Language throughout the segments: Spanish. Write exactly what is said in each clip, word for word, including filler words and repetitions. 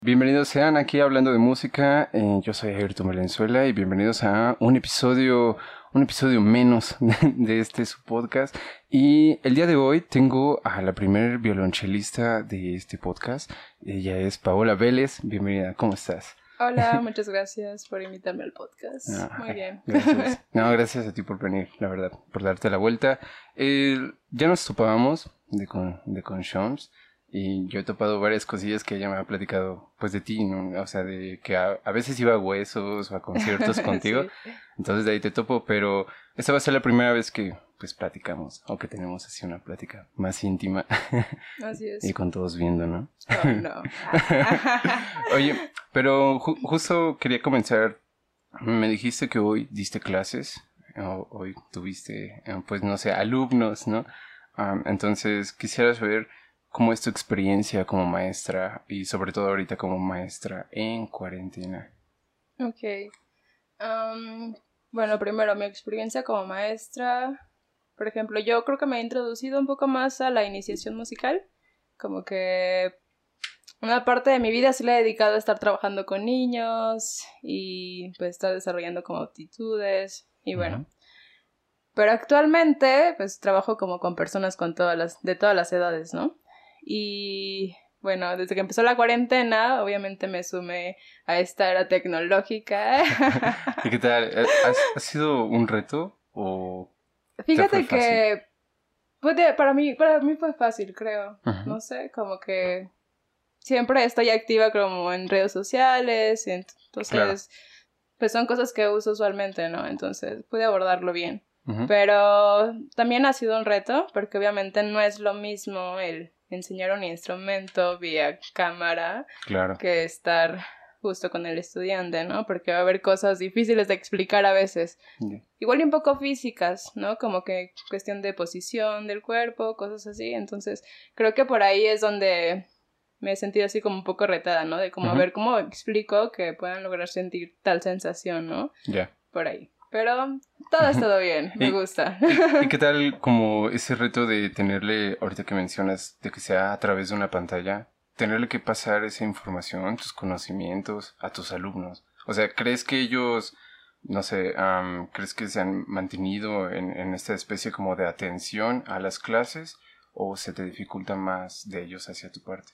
Bienvenidos sean aquí hablando de música, eh, yo soy Ayrton Valenzuela y bienvenidos a un episodio, un episodio menos de este su podcast. Y el día de hoy tengo a la primer violonchelista de este podcast, ella es Paola Vélez, bienvenida, ¿cómo estás? Hola, muchas gracias por invitarme al podcast. No, Muy bien. Gracias. No, gracias a ti por venir, la verdad, por darte la vuelta. Eh, ya nos topábamos de con, de con Shams y yo he topado varias cosillas que ella me ha platicado, pues de ti, ¿no? O sea, de que a, a veces iba a huesos o a conciertos contigo, Sí. Entonces de ahí te topo, pero esta va a ser la primera vez que pues platicamos o que tenemos así una plática más íntima. Así es. Y con todos viendo, ¿no? Oh, no. Oye, pero ju- justo quería comenzar. Me dijiste que hoy diste clases, o hoy tuviste, eh, pues no sé, alumnos, ¿no? Am, entonces quisiera saber cómo es tu experiencia como maestra y sobre todo ahorita como maestra en cuarentena. Ok. Um, bueno, primero, mi experiencia como maestra. Por ejemplo, yo creo que me he introducido un poco más a la iniciación musical. Como que una parte de mi vida sí la he dedicado a estar trabajando con niños y pues estar desarrollando como aptitudes y bueno. Ujú. Pero actualmente pues trabajo como con personas con todas las, de todas las edades, ¿no? Y bueno, desde que empezó la cuarentena, obviamente me sumé a esta era tecnológica. ¿Y qué tal? ¿Ha, ha sido un reto o te fue Fíjate fácil? que puede- para mí, para mí fue fácil, creo. Ujú. No sé, como que siempre estoy activa como en redes sociales, entonces Claro. pues son cosas que uso usualmente, ¿no? Entonces pude abordarlo bien. Ujú. Pero también ha sido un reto, porque obviamente no es lo mismo el enseñar un instrumento vía cámara Claro. que estar justo con el estudiante, ¿no? Porque va a haber cosas difíciles de explicar a veces. Ya. Igual y un poco físicas, ¿no? Como que cuestión de posición del cuerpo, cosas así. Entonces, creo que por ahí es donde me he sentido así como un poco retada, ¿no? De como a Ujú. ver cómo explico que puedan lograr sentir tal sensación, ¿no? Ya. Por ahí. Pero todo ha estado bien, me Y- gusta. ¿Y, y qué tal como ese reto de tenerle, ahorita que mencionas, de que sea a través de una pantalla, tenerle que pasar esa información, tus conocimientos a tus alumnos? O sea, ¿crees que ellos, no sé, am, crees que se han mantenido en, en esta especie como de atención a las clases o se te dificulta más de ellos hacia tu parte?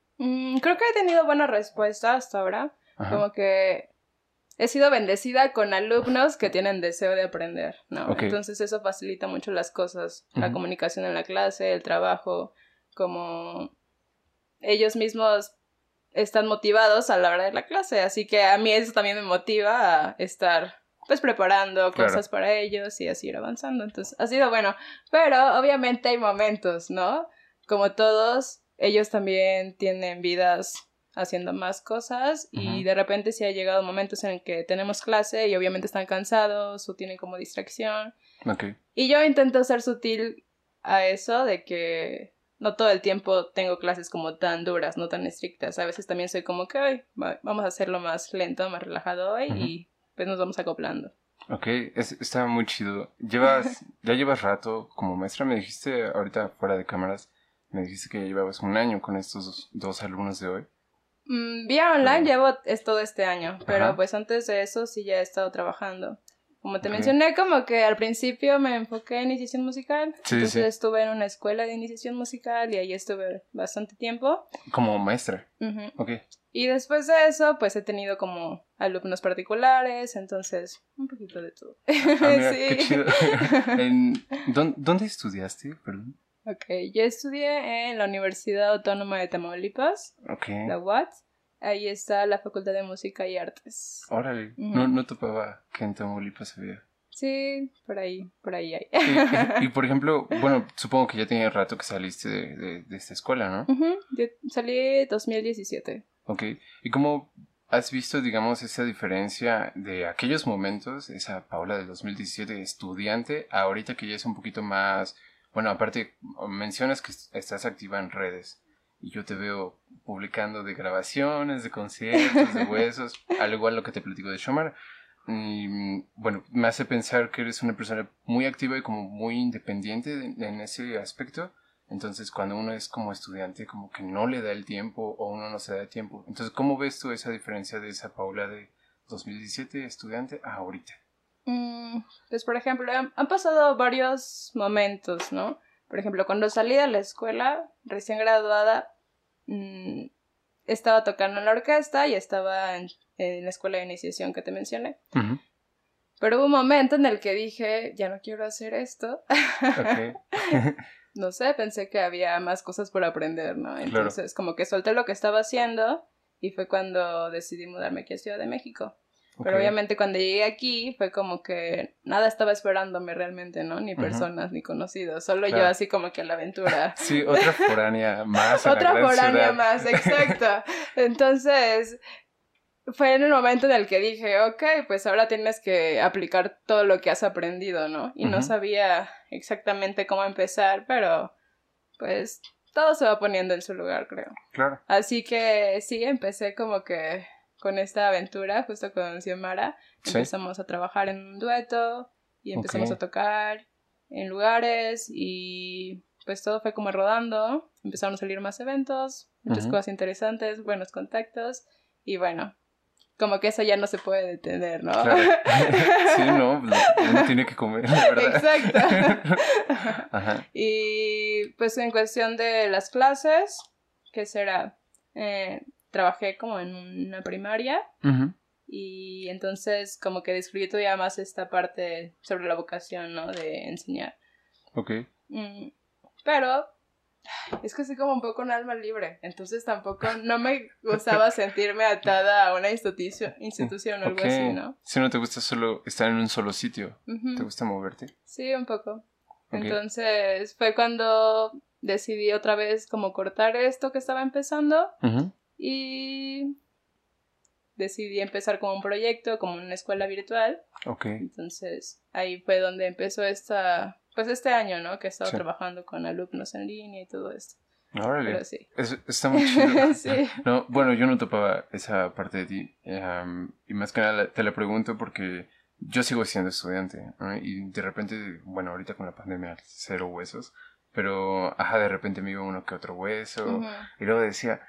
Mm, creo que he tenido buena respuesta hasta ahora. Ajá. Como que he sido bendecida con alumnos que tienen deseo de aprender, ¿no? Ok. Entonces eso facilita mucho las cosas, la Ujú. comunicación en la clase, el trabajo, como ellos mismos están motivados a la hora de la clase, así que a mí eso también me motiva a estar pues preparando Claro. cosas para ellos y así ir avanzando, entonces ha sido bueno, pero obviamente hay momentos, ¿no? Como todos, ellos también tienen vidas haciendo más cosas y Ujú. de repente sí ha llegado momentos en el que tenemos clase y obviamente están cansados o tienen como distracción Ok. y yo intento ser sutil a eso de que no todo el tiempo tengo clases como tan duras, no tan estrictas. A veces también soy como que "Ay, va- vamos a hacerlo más lento, más relajado hoy Ujú. y pues nos vamos acoplando". Ok, es, está muy chido. Llevas, ya llevas rato como maestra, me dijiste ahorita fuera de cámaras, me dijiste que ya llevabas un año con estos dos, dos alumnos de hoy. Mm, vía online Pero- llevo es todo este año, pero Ajá. pues antes de eso sí ya he estado trabajando. Como te Ok. mencioné, como que al principio me enfoqué en iniciación musical, Sí, entonces sí. estuve en una escuela de iniciación musical y ahí estuve bastante tiempo. Como maestra. Ujú. Ok. Y después de eso, pues he tenido como alumnos particulares, entonces un poquito de todo. Ah, mira, Sí. qué chido. En, ¿dón- ¿Dónde estudiaste? Perdón. Ok, yo estudié en la Universidad Autónoma de Tamaulipas, Ok. la U A T. Ahí está la Facultad de Música y Artes. Órale. Ujú. No, no topaba que en Tamaulipas había. Sí, por ahí, por ahí hay. Y, y, y, por ejemplo, bueno, supongo que ya tenía rato que saliste de, de, de esta escuela, ¿no? Ujú, yo salí dos mil diecisiete. Ok, ¿y cómo has visto, digamos, esa diferencia de aquellos momentos, esa Paula del dos mil diecisiete estudiante, a ahorita que ya es un poquito más, bueno, aparte mencionas que est- estás activa en redes y yo te veo publicando de grabaciones, de conciertos, de huesos, al igual lo que te platico de Shomar. Y, mm, bueno, me hace pensar que eres una persona muy activa y como muy independiente de- en ese aspecto. Entonces, cuando uno es como estudiante, como que no le da el tiempo o uno no se da el tiempo. Entonces, ¿cómo ves tú esa diferencia de esa Paula de dos mil diecisiete, estudiante, a ahorita? Mm, pues, por ejemplo, han, han pasado varios momentos, ¿no? Por ejemplo, cuando salí de la escuela, recién graduada, mmm, estaba tocando en la orquesta y estaba en, en la escuela de iniciación que te mencioné. Uh-huh. Pero hubo un momento en el que dije, ya no quiero hacer esto. Okay. No sé, pensé que había más cosas por aprender, ¿no? Entonces, claro, como que solté lo que estaba haciendo y fue cuando decidí mudarme aquí a Ciudad de México. Okay. Pero obviamente cuando llegué aquí fue como que nada estaba esperándome realmente, ¿no? Ni personas, uh-huh, ni conocidos, solo claro, yo así como que a la aventura. Sí, otra foránea más a Otra la gran foránea ciudad. más, exacto. Entonces, fue en el momento en el que dije, ok, pues ahora tienes que aplicar todo lo que has aprendido, ¿no? Y uh-huh, no sabía exactamente cómo empezar, pero pues todo se va poniendo en su lugar, creo. Claro. Así que sí, empecé como que con esta aventura, justo con Xiomara, ¿sí? Empezamos a trabajar en un dueto y empezamos okay. a tocar en lugares y pues todo fue como rodando, empezaron a salir más eventos, muchas uh-huh. cosas interesantes, buenos contactos y bueno, como que eso ya no se puede detener, ¿no? Claro. Sí, no, uno tiene que comer, la verdad. Exacto. Ajá. Y pues en cuestión de las clases, ¿qué será? Eh, trabajé como en una primaria uh-huh. y entonces como que descubrí todavía más esta parte sobre la vocación, ¿no? De enseñar. Ok. Mm, pero es que soy como un poco un alma libre, entonces tampoco no me gustaba sentirme atada a una institución, institución o algo okay. así, ¿no? Si no te gusta solo estar en un solo sitio, uh-huh. ¿te gusta moverte? Sí, un poco. Okay. Entonces fue cuando decidí otra vez como cortar esto que estaba empezando uh-huh. y decidí empezar como un proyecto, como una escuela virtual. Okay. Entonces ahí fue donde empezó esta, pues este año, ¿no? Que he estado sí. trabajando con alumnos en línea y todo esto. Órale. Pero sí. Es, está muy chido. Sí. No, bueno, yo no topaba esa parte de ti. Um, y más que nada te la pregunto porque yo sigo siendo estudiante, ¿no? Y de repente, bueno, ahorita con la pandemia, cero huesos. Pero, ajá, de repente me iba uno que otro hueso. Uh-huh. Y luego decía,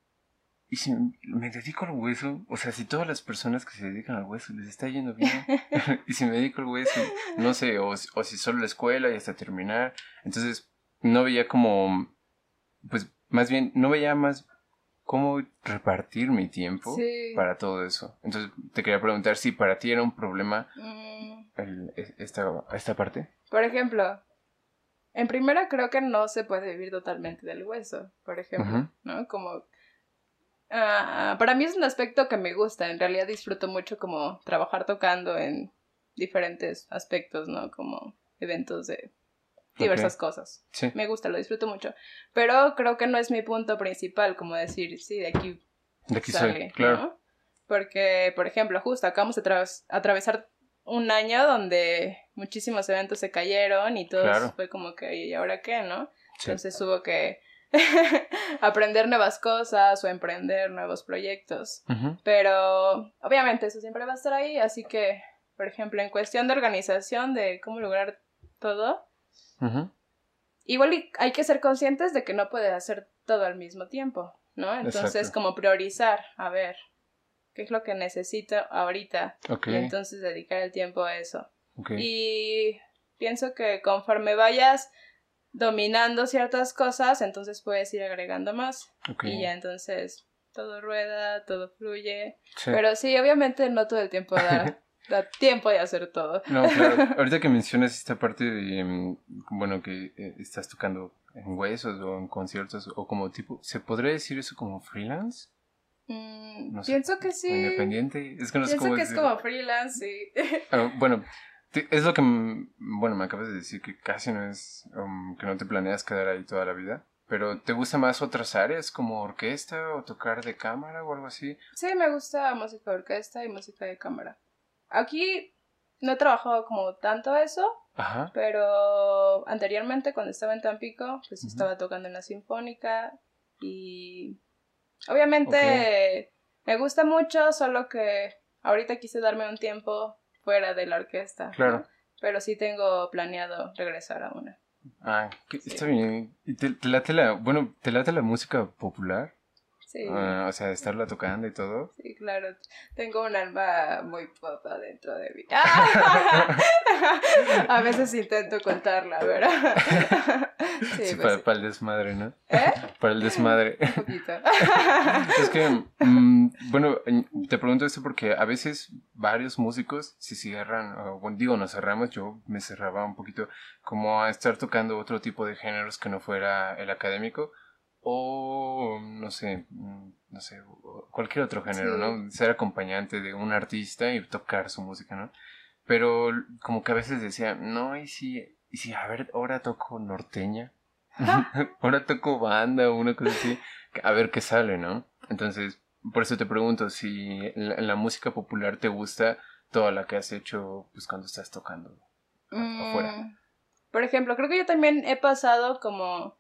¿y si me dedico al hueso? O sea, si todas las personas que se dedican al hueso les está yendo bien. Y si me dedico al hueso, no sé, o, o si solo la escuela y hasta terminar. Entonces, no veía como, pues, más bien, no veía más cómo repartir mi tiempo sí. para todo eso. Entonces, te quería preguntar si para ti era un problema mm. el, esta, esta parte. Por ejemplo, en primera creo que no se puede vivir totalmente del hueso, por ejemplo, uh-huh. ¿no? Como... Uh, para mí es un aspecto que me gusta, en realidad disfruto mucho como trabajar tocando en diferentes aspectos, ¿no? Como eventos de diversas okay. cosas. Sí. Me gusta, lo disfruto mucho. Pero creo que no es mi punto principal, como decir, sí, de aquí, de aquí sale, soy, claro. ¿no? Porque, por ejemplo, justo acabamos de tra- atravesar un año donde muchísimos eventos se cayeron y todo claro. Fue como que, ¿y ahora qué, no? Sí. Entonces hubo que aprender nuevas cosas o emprender nuevos proyectos. Uh-huh. Pero obviamente eso siempre va a estar ahí, así que, por ejemplo, en cuestión de organización, de cómo lograr todo, uh-huh. igual hay que ser conscientes de que no puedes hacer todo al mismo tiempo, ¿no? Entonces, exacto. Como priorizar, a ver, ¿qué es lo que necesito ahorita? Okay. Y entonces dedicar el tiempo a eso. Okay. Y pienso que conforme vayas dominando ciertas cosas, entonces puedes ir agregando más. Okay. Y ya entonces todo rueda, todo fluye. Sí. Pero sí, obviamente no todo el tiempo da, da tiempo de hacer todo. No, claro. Ahorita que mencionas esta parte de, bueno, que eh, estás tocando en huesos o en conciertos o como tipo, ¿se podría decir eso como freelance? Mm, no sé, pienso que sí. Independiente. Es que no sé pienso cómo que decir. Es como freelance, sí. Uh, bueno, es lo que, bueno, me acabas de decir que casi no es, um, que no te planeas quedar ahí toda la vida, pero ¿te gusta más otras áreas como orquesta o tocar de cámara o algo así? Sí, me gusta música de orquesta y música de cámara. Aquí no he trabajado como tanto eso, ajá. Pero anteriormente cuando estaba en Tampico, pues uh-huh. estaba tocando en la Sinfónica y obviamente okay. me gusta mucho, solo que ahorita quise darme un tiempo fuera de la orquesta. Claro. ¿no? Pero sí tengo planeado regresar a una. Ah, que- Sí. está bien. ¿Y te, te late la, bueno, te late la música popular? Sí. Ah, o sea, estarla tocando y todo. Sí, claro. Tengo un alma muy pop dentro de mí. A veces intento ocultarla, ¿verdad? Sí, Sí, pues para, sí. para el desmadre, ¿no? ¿Eh? Para el desmadre. Un poquito. Es que, mm, bueno, te pregunto esto porque a veces varios músicos se cierran, o, bueno, digo, nos cerramos, yo me cerraba un poquito como a estar tocando otro tipo de géneros que no fuera el académico o, no sé, mm, no sé, o cualquier otro género, Sí. ¿no? Ser acompañante de un artista y tocar su música, ¿no? Pero como que a veces decía, no, y si, y si, a ver, ahora toco norteña. Ahora toco banda o una cosa así, a ver qué sale, ¿no? Entonces, por eso te pregunto si en la, en la música popular te gusta toda la que has hecho pues cuando estás tocando a- afuera. Mm, por ejemplo, creo que yo también he pasado como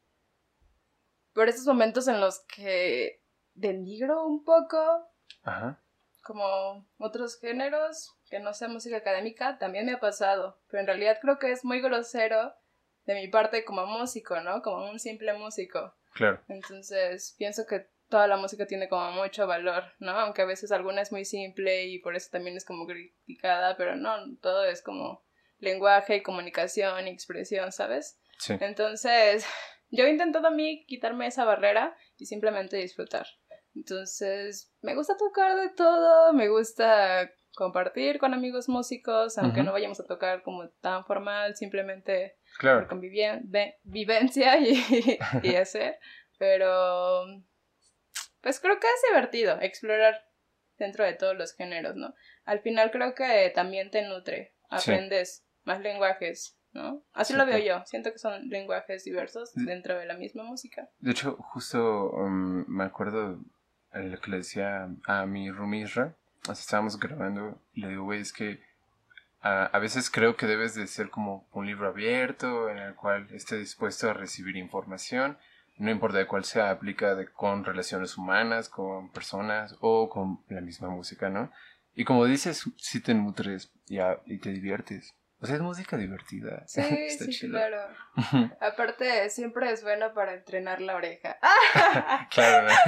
por estos momentos en los que denigro un poco Ajá, como otros géneros que no sea música académica, también me ha pasado, pero en realidad creo que es muy grosero de mi parte como músico, ¿no? Como un simple músico. claro. Entonces, pienso que toda la música tiene como mucho valor, ¿no? Aunque a veces alguna es muy simple y por eso también es como criticada, pero no, todo es como lenguaje y comunicación y expresión, ¿sabes? Sí, Entonces, yo he intentado a mí quitarme esa barrera y simplemente disfrutar. Entonces, me gusta tocar de todo, me gusta compartir con amigos músicos, aunque ujú, no vayamos a tocar como tan formal, simplemente por claro. convivencia y, y hacer. Pero, pues creo que es divertido explorar dentro de todos los géneros, ¿no? Al final creo que también te nutre, Sí, aprendes más lenguajes, ¿no? Así lo veo exacto. yo, siento que son lenguajes diversos dentro de la misma música. De hecho, justo um, me acuerdo de lo que le decía a mi roomie Isra, o sea, estábamos grabando y le digo, güey, es que a, a veces creo que debes de ser como un libro abierto en el cual esté dispuesto a recibir información, no importa de cuál sea, aplica de, con relaciones humanas, con personas o con la misma música, ¿no? Y como dices, si te nutres y, a- y te diviertes. O sea, es música divertida. Sí, Está sí, chido. claro. Aparte, siempre es bueno para entrenar la oreja. Claro, ¿no?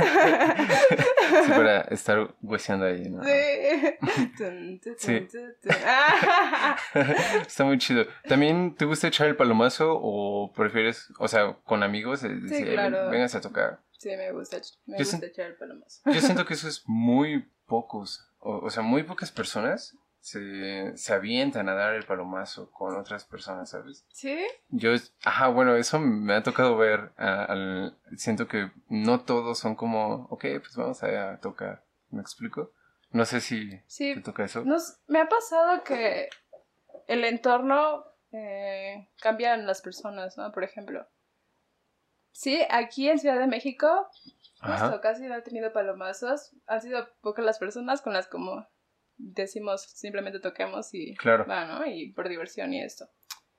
Sí, para estar hueseando ahí, ¿no? Sí. Tun, tu, Sí. tun, tu, tun. Ah. Está muy chido. ¿También te gusta echar el palomazo o prefieres, o sea, con amigos, eh, Sí, decir, "Eh, ven- claro. vengas a tocar"? Sí, me gusta, ech- me Yo, gusta sien- echar el palomazo. yo siento que eso es muy pocos, o, o sea, muy pocas personas se, se avientan a dar el palomazo con otras personas, ¿sabes? ¿Sí? Yo, ajá, bueno, eso me ha tocado ver. a- al, siento que no todos son como, ok, pues vamos a, tocar. ¿Me explico? No sé si te Sí. toca eso. Nos, me ha pasado que el entorno eh, cambia en las personas, ¿no? Por ejemplo. Sí, aquí en Ciudad de México, justo Ajá, casi no he tenido palomazos. Han sido pocas las personas con las como decimos simplemente toquemos y claro. va, ¿no? Y por diversión y esto.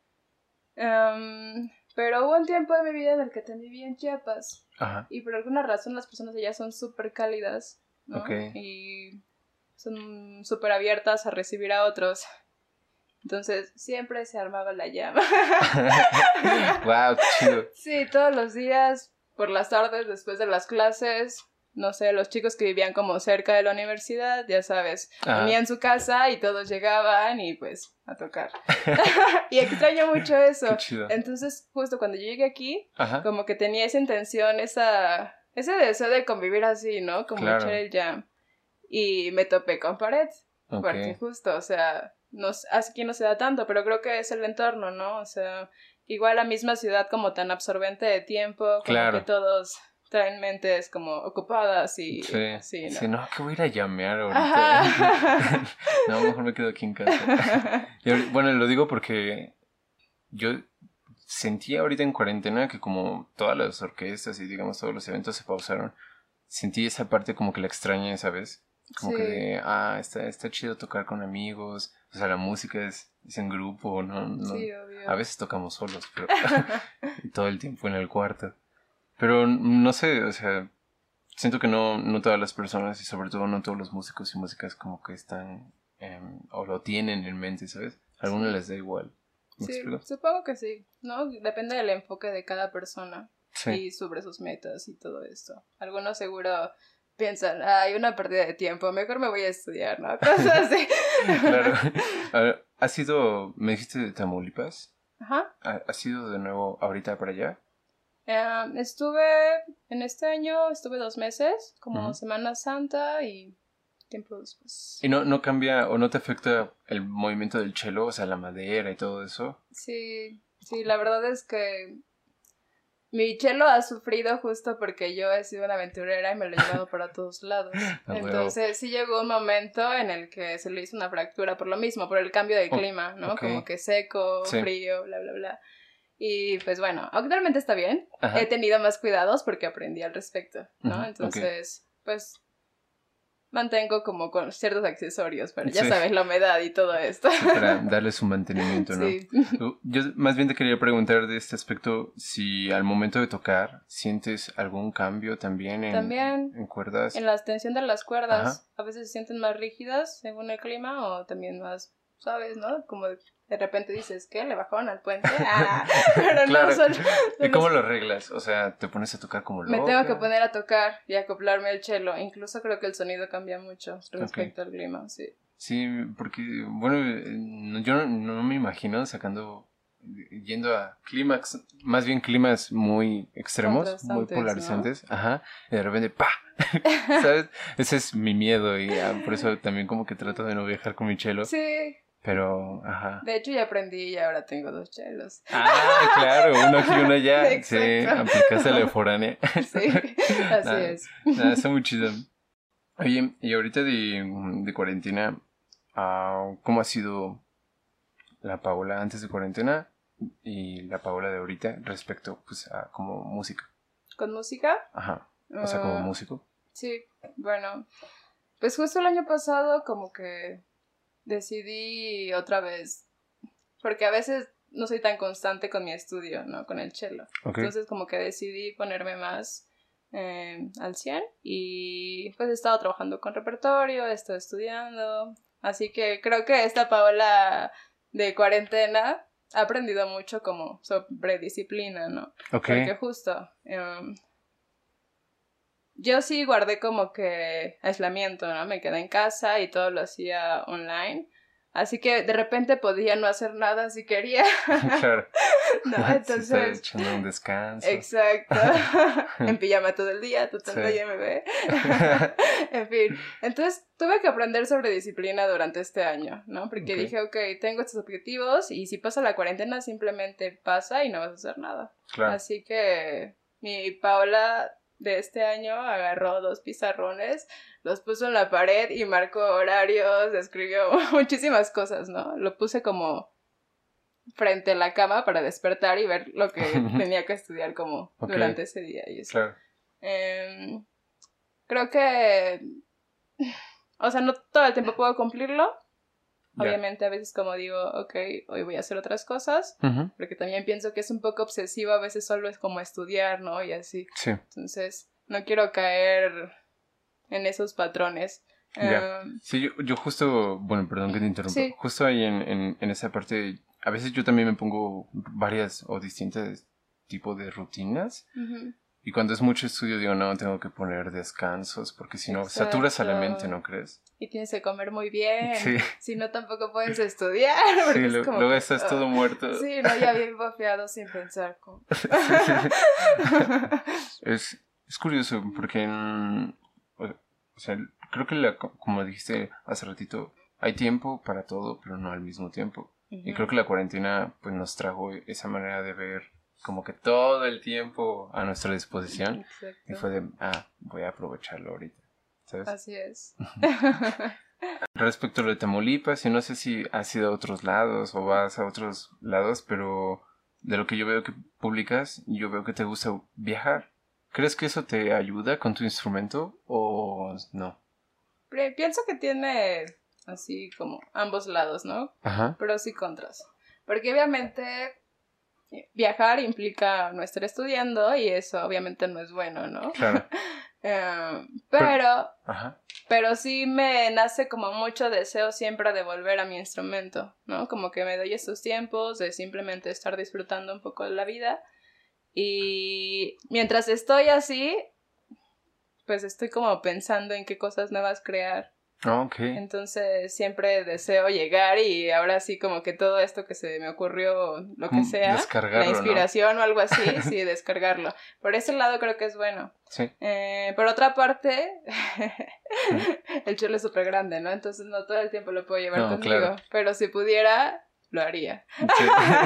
Em, pero hubo un tiempo de mi vida en el que también viví en Chiapas Ajá, y por alguna razón las personas allá son súper cálidas, ¿no? ok. Y son súper abiertas a recibir a otros. Entonces siempre se armaba la llama. Wow, qué chido. Sí, todos los días, por las tardes, después de las clases, no sé, los chicos que vivían como cerca de la universidad, ya sabes, Ajá. unían su casa y todos llegaban y pues a tocar. Y extraño mucho eso. Qué chido. Entonces, justo cuando yo llegué aquí, Ajá, como que tenía esa intención, esa, ese deseo de convivir así, ¿no? Como claro. echar el jam. Y me topé con pared, Ok. porque justo, o sea, no, s- aquí no se da tanto, pero creo que es el entorno, ¿no? O sea, igual la misma ciudad como tan absorbente de tiempo, como Claro. que todos traen mentes como ocupadas y Sí, así, ¿no? sí, no, que voy a ir a llamear ahorita. Ajá. No, mejor me quedo aquí en casa. Y ahori- bueno, lo digo porque yo sentí ahorita en cuarentena que como todas las orquestas y digamos todos los eventos se pausaron, sentí esa parte como que la extrañé, ¿sabes? Como que Sí, de, ah, está, está chido tocar con amigos, o sea, la música es, es en grupo, ¿no? No, sí, a obvio. veces tocamos solos, pero y todo el tiempo en el cuarto. Pero no sé, o sea, siento que no, no todas las personas y sobre todo no todos los músicos y músicas como que están em, o lo tienen en mente, ¿sabes? A algunos Sí. les da igual. ¿Me Sí, explico? supongo que sí, ¿no? Depende del enfoque de cada persona Sí. y sobre sus metas y todo esto. Algunos seguro piensan, hay una pérdida de tiempo, mejor me voy a estudiar, ¿no? Cosas así. Claro. A ver, ¿has ido, me dijiste de Tamaulipas? Ajá. ¿Ha- ¿Has ido de nuevo ahorita para allá? Eh, estuve, en este año, estuve dos meses, como Ujú. Semana Santa y tiempo después. ¿Y no, no cambia o no te afecta el movimiento del cello, o sea, la madera y todo eso? Sí, sí, la verdad es que mi cello ha sufrido justo porque yo he sido una aventurera y me lo he llevado para todos lados. A huevo. Entonces sí llegó un momento en el que se le hizo una fractura por lo mismo, por el cambio de O- clima, ¿no? ok. Como que seco, Sí. frío, bla, bla, bla. Y pues bueno, actualmente está bien. Ajá. He tenido más cuidados porque aprendí al respecto, ¿no? Ujú, ok. Entonces, pues mantengo como con ciertos accesorios, pero ya Sí. sabes, la humedad y todo esto. Sí, para darle su mantenimiento, ¿no? Sí. Yo más bien te quería preguntar de este aspecto, si al momento de tocar sientes algún cambio también en, También en cuerdas. en la tensión de las cuerdas, Ajá. a veces se sienten más rígidas según el clima o también más suaves, ¿no? Como de repente dices, ¿qué? ¿Le bajaron al puente? Ah, pero Claro. no, son... ¿Y cómo lo arreglas? O sea, ¿te pones a tocar como loca? Me tengo que poner a tocar y acoplarme al cello. Incluso creo que el sonido cambia mucho respecto al clima, sí. Sí, porque, bueno, eh, no- yo no, no me imagino sacando, yendo a clímax, más bien climas muy extremos, muy Contrastantes, polarizantes, ajá, y de repente, ¡pa! ¿Sabes? Ese es mi miedo y ah, por eso también como que trato de no viajar con mi chelo, Sí, pero, ajá. de hecho ya aprendí y ahora tengo dos chelos. Ah, claro, uno aquí y uno allá. Sí, Exacto. aplicaste la foránea. Sí, así Nah, es. nah, está muy chido. Oye, y ahorita de, de cuarentena, ah, ¿cómo ha sido la Paola antes de cuarentena y la Paola de ahorita respecto, pues, a como música? ¿Con música? Ajá, o sea, como Ah, músico. sí, bueno, pues justo el año pasado como que decidí otra vez, porque a veces no soy tan constante con mi estudio, ¿no? Con el cello. Ok. Entonces como que decidí ponerme más eh, al cien y pues he estado trabajando con repertorio, he estado estudiando, así que creo que esta Paola de cuarentena ha aprendido mucho como sobre disciplina, ¿no? Ok. Porque justo... Um, yo sí guardé como que aislamiento, ¿no? Me quedé en casa y todo lo hacía online. Así que de repente podía no hacer nada si quería. Claro. ¿No? Sí, Entonces... estás echando un descanso. Exacto. En pijama todo el día, tratando Sí. de M B. En fin. Entonces tuve que aprender sobre disciplina durante este año, ¿no? Porque Ok. dije, ok, tengo estos objetivos y si pasa la cuarentena simplemente pasa y no vas a hacer nada. Claro. Así que mi Paola de este año agarró dos pizarrones, los puso en la pared y marcó horarios, escribió muchísimas cosas, ¿no? Lo puse como frente a la cama para despertar y ver lo que tenía que estudiar como Ok. durante ese día y eso. Claro. Eh, creo que, o sea, no todo el tiempo puedo cumplirlo. Ya. Obviamente a veces como digo, ok, hoy voy a hacer otras cosas, Ujú. porque también pienso que es un poco obsesivo, a veces solo es como estudiar, ¿no? Y así. Sí. Entonces, no quiero caer en esos patrones. Ya. Um, Sí, yo, yo justo, bueno, perdón que te interrumpa. Sí. Justo ahí en, en, en esa parte, a veces yo también me pongo varias o distintas tipos de rutinas. ujú. Y cuando es mucho estudio, digo, no, tengo que poner descansos, porque si no, Exacto. saturas a la mente, ¿no crees? Y tienes que comer muy bien. Sí. Si no, tampoco puedes estudiar. Porque Sí, es lo- como luego que, estás ah, todo muerto. Sí, no, ya bien bofeado sin pensar. Como... Sí, sí, sí. Es, es curioso, porque, mm, o o sea, creo que, la, como dijiste hace ratito, hay tiempo para todo, pero no al mismo tiempo. Y Ujú. creo que la cuarentena, pues, nos trajo esa manera de ver como que todo el tiempo a nuestra disposición. Exacto. Y fue de, ah, voy a aprovecharlo ahorita, ¿sabes? Así es. Respecto a lo de Tamaulipas, y no sé si has ido a otros lados o vas a otros lados, pero de lo que yo veo que publicas, yo veo que te gusta viajar. ¿Crees que eso te ayuda con tu instrumento o no? Pero pienso que tiene así como ambos lados, ¿no? Ajá. Pros y contras. Porque obviamente viajar implica no estar estudiando y eso obviamente no es bueno, ¿no? Claro. Eh, pero, Ajá. pero sí me nace como mucho deseo siempre de volver a mi instrumento, ¿no? Como que me doy estos tiempos de simplemente estar disfrutando un poco de la vida. Y mientras estoy así, pues estoy como pensando en qué cosas nuevas crear. Oh, ok. Entonces siempre deseo llegar y ahora sí como que todo esto que se me ocurrió, lo que Como sea, descargarlo, la inspiración ¿no? o algo así, sí, descargarlo. Por ese lado creo que es bueno. Sí. Eh, por otra parte, el chelo es súper grande, ¿no? Entonces no todo el tiempo lo puedo llevar No, conmigo, claro. pero si pudiera, lo haría. Sí.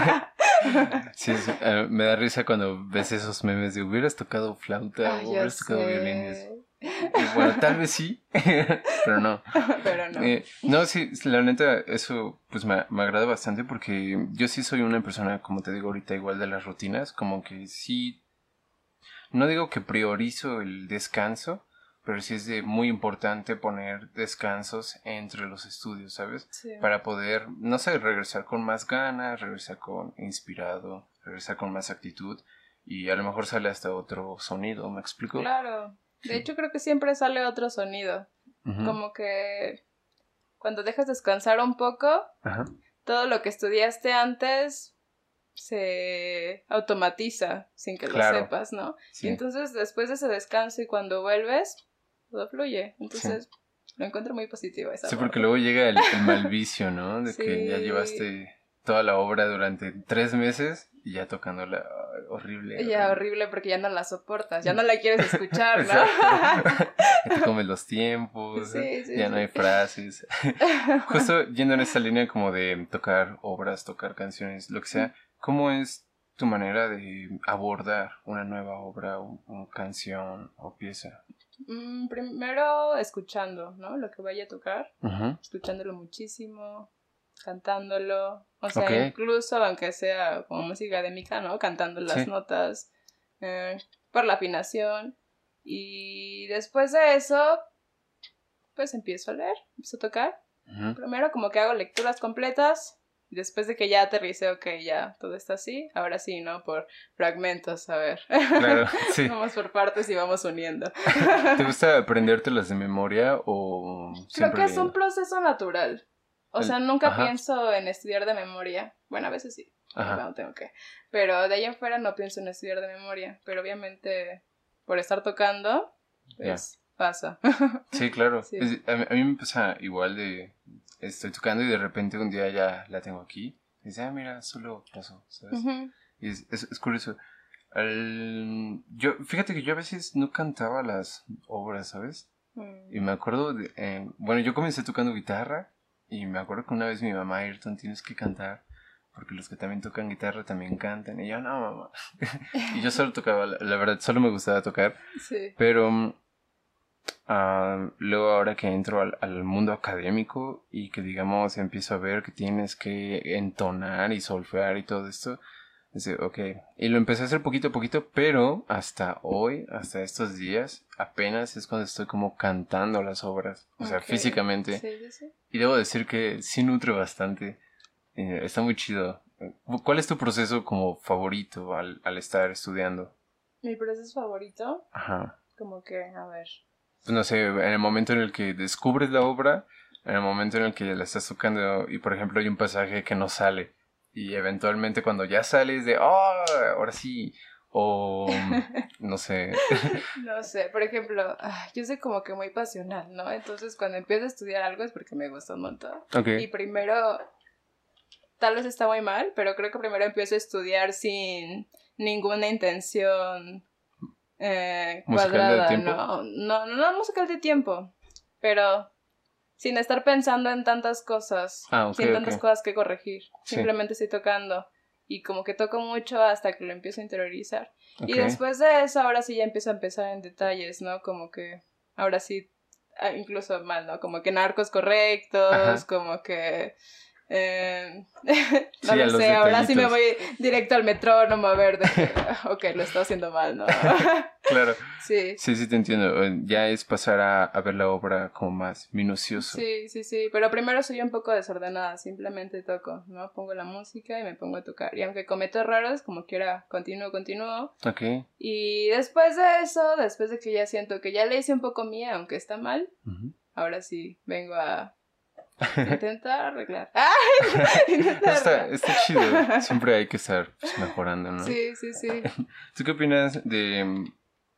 Sí, sí. Eh, me da risa cuando ves esos memes de hubieras tocado flauta Ah, o ya hubieras tocado violín. Y sé. eso. Y bueno, tal vez sí, pero no. Pero no. Eh, no, sí, la neta, eso pues me, me agrada bastante porque yo sí soy una persona, como te digo ahorita, igual de las rutinas, como que sí, no digo que priorizo el descanso, pero sí es de muy importante poner descansos entre los estudios, ¿sabes? Sí. Para poder, no sé, regresar con más ganas, regresar con inspirado, regresar con más actitud y a lo mejor sale hasta otro sonido, ¿me explico? Claro. De Sí. hecho, creo que siempre sale otro sonido. Ujú. Como que cuando dejas descansar un poco, Ajá. todo lo que estudiaste antes se automatiza sin que Claro. lo sepas, ¿no? Sí. Y entonces después de ese descanso y cuando vuelves, todo fluye. Entonces lo encuentro muy positivo esa Sí, parte. porque luego llega el, el mal vicio, ¿no? De Sí. que ya llevaste toda la obra durante tres meses y ya tocándola ay, horrible. Ya horrible porque ya no la soportas, ya no la quieres escuchar, ¿no? Exacto. Ya te comes los tiempos, Sí, sí, ya sí. no hay frases. Justo yendo en esa línea como de tocar obras, tocar canciones, lo que sea, ¿cómo es tu manera de abordar una nueva obra o, o canción o pieza? Mm, primero escuchando, ¿no? Lo que vaya a tocar, Ujú. escuchándolo muchísimo, cantándolo, o sea, Ok. incluso aunque sea como música académica, ¿no? Cantando las Sí. notas, eh, por la afinación. Y después de eso, pues empiezo a leer, empiezo a tocar. Ujú. Primero como que hago lecturas completas. Y después de que ya aterricé, ok, ya todo está así, ahora sí, ¿no? Por fragmentos, a ver. Claro, sí. Vamos por partes y vamos uniendo. ¿Te gusta aprendértelas de memoria o Creo siempre que es un leyendo? proceso natural. O El- sea, nunca Ajá, pienso en estudiar de memoria. Bueno, a veces sí, ajá, cuando tengo que. Pero de ahí en fuera no pienso en estudiar de memoria. Pero obviamente, por estar tocando, ya. pues pasa. Sí, claro. Sí. Pues, a, mí, a mí me pasa igual de... Estoy tocando y de repente un día ya la tengo aquí. Y dice, ah, mira, solo pasó, ¿sabes? Ujú. Y es, es, es curioso. Al- yo, fíjate que yo a veces no cantaba las obras, ¿sabes? Y Mm. me acuerdo de... eh, bueno, yo comencé tocando guitarra y me acuerdo que una vez mi mamá, Ayrton, tienes que cantar porque los que también tocan guitarra también cantan. Y yo, no, mamá. Y yo solo tocaba, la, la verdad, solo me gustaba tocar. Sí. Pero mm, ah, luego ahora que entro al, al mundo académico y que digamos empiezo a ver que tienes que entonar y solfear y todo esto, dice, ok, y lo empecé a hacer poquito a poquito, pero hasta hoy, hasta estos días, apenas es cuando estoy como cantando las obras, o sea, Ok. físicamente, Sí, sí, sí. y debo decir que sí nutre bastante, eh, está muy chido. ¿Cuál es tu proceso como favorito al, al estar estudiando? Mi proceso favorito, Ajá. como que, a ver. Pues no sé, en el momento en el que descubres la obra, en el momento en el que la estás tocando y por ejemplo hay un pasaje que no sale y eventualmente cuando ya sales de, oh, ahora sí, o no sé. No sé, por ejemplo, ah, yo soy como que muy pasional, ¿no? Entonces cuando empiezo a estudiar algo es porque me gusta un montón. Ok. Y primero, tal vez está muy mal, pero creo que primero empiezo a estudiar sin ninguna intención eh, ¿Musical del cuadrada, tiempo? ¿no? No, no, no musical de tiempo, pero sin estar pensando en tantas cosas, Ah, ok, sin tantas ok. cosas que corregir. Sí. Simplemente estoy tocando y como que toco mucho hasta que lo empiezo a interiorizar. Ok. Y después de eso, ahora sí ya empiezo a empezar en detalles, ¿no? Como que ahora sí, ah, incluso mal, ¿no? Como que narcos correctos, Ajá. como que Eh, no Sí, a lo los sé, ahora sí me detallitos. voy directo al metrónomo a ver de que, ok, lo estoy haciendo mal, ¿no? Claro. Sí, Sí, sí, te entiendo. Eh, Ya es pasar a, a ver la obra como más minucioso. sí, sí, sí, pero primero soy un poco desordenada, simplemente toco, ¿no? Pongo la música y me pongo a tocar. Y aunque cometo errores, como quiera, continúo, continúo. Ok. Y después de eso, después de que ya siento que ya le hice un poco mía, aunque está mal, Ujú. ahora sí vengo a intentar arreglar. ¡Ay! Intentar Está, arreglar. está chido. Siempre hay que estar pues, mejorando, ¿no? Sí, sí, sí. ¿Tú qué opinas de, mm,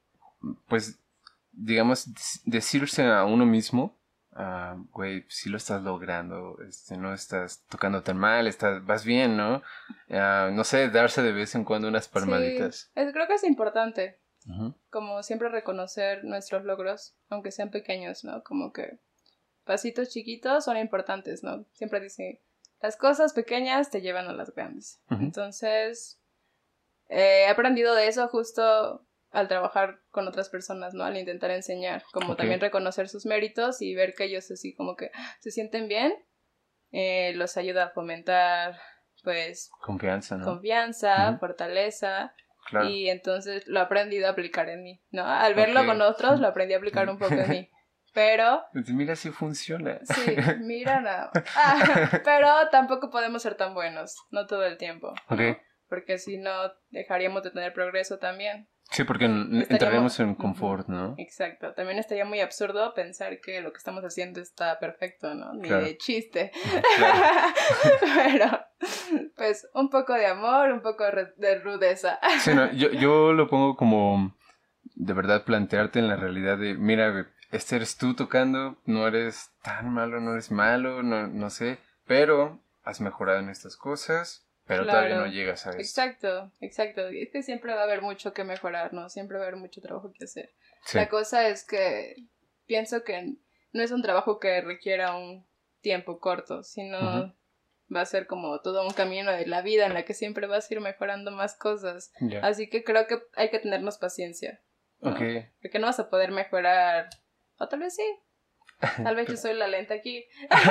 pues, digamos, dec- decirse a uno mismo, ah, güey, sí lo estás logrando, este, no estás tocando tan mal, estás, vas bien, ¿no? Ah, no sé, darse de vez en cuando unas Sí, palmaditas. es- creo que es importante, Ujú. como siempre reconocer nuestros logros, aunque sean pequeños, ¿no? Como que pasitos chiquitos son importantes, ¿no? Siempre dicen, las cosas pequeñas te llevan a las grandes. Ujú. Entonces, eh, he aprendido de eso justo al trabajar con otras personas, ¿no? Al intentar enseñar, como Ok. también reconocer sus méritos y ver que ellos así como que se sienten bien, eh, los ayuda a fomentar, pues, Confianza, ¿no? confianza, Ujú. fortaleza. Claro. Y entonces lo he aprendido a aplicar en mí, ¿no? Al verlo Ok. con otros, lo aprendí a aplicar un poco en mí. Pero, Pues mira si funciona. sí, mira nada más. Ah, pero tampoco podemos ser tan buenos, no todo el tiempo, ¿no? Ok. Porque si no, dejaríamos de tener progreso también. Sí, porque n- Estaríamos- entraremos en Ujú. confort, ¿no? Exacto, también estaría muy absurdo pensar que lo que estamos haciendo está perfecto, ¿no? Ni Claro. de chiste. Claro. Pero, pues, un poco de amor, un poco re- de rudeza. Sí, no, yo, yo lo pongo como de verdad plantearte en la realidad de, mira, güey, este eres tú tocando, no eres tan malo, no eres malo, no, no sé, pero has mejorado en estas cosas, pero todavía no Claro. llegas a esto. Exacto, exacto. Y es que siempre va a haber mucho que mejorar, ¿no? Siempre va a haber mucho trabajo que hacer. Sí, La cosa es que pienso que no es un trabajo que requiera un tiempo corto, sino Ujú. va a ser como todo un camino de la vida en la que siempre vas a ir mejorando más cosas. ya. Así que creo que hay que tenernos paciencia, ¿no? Ok, Porque no vas a poder mejorar, o tal vez sí, tal vez yo soy la lenta aquí,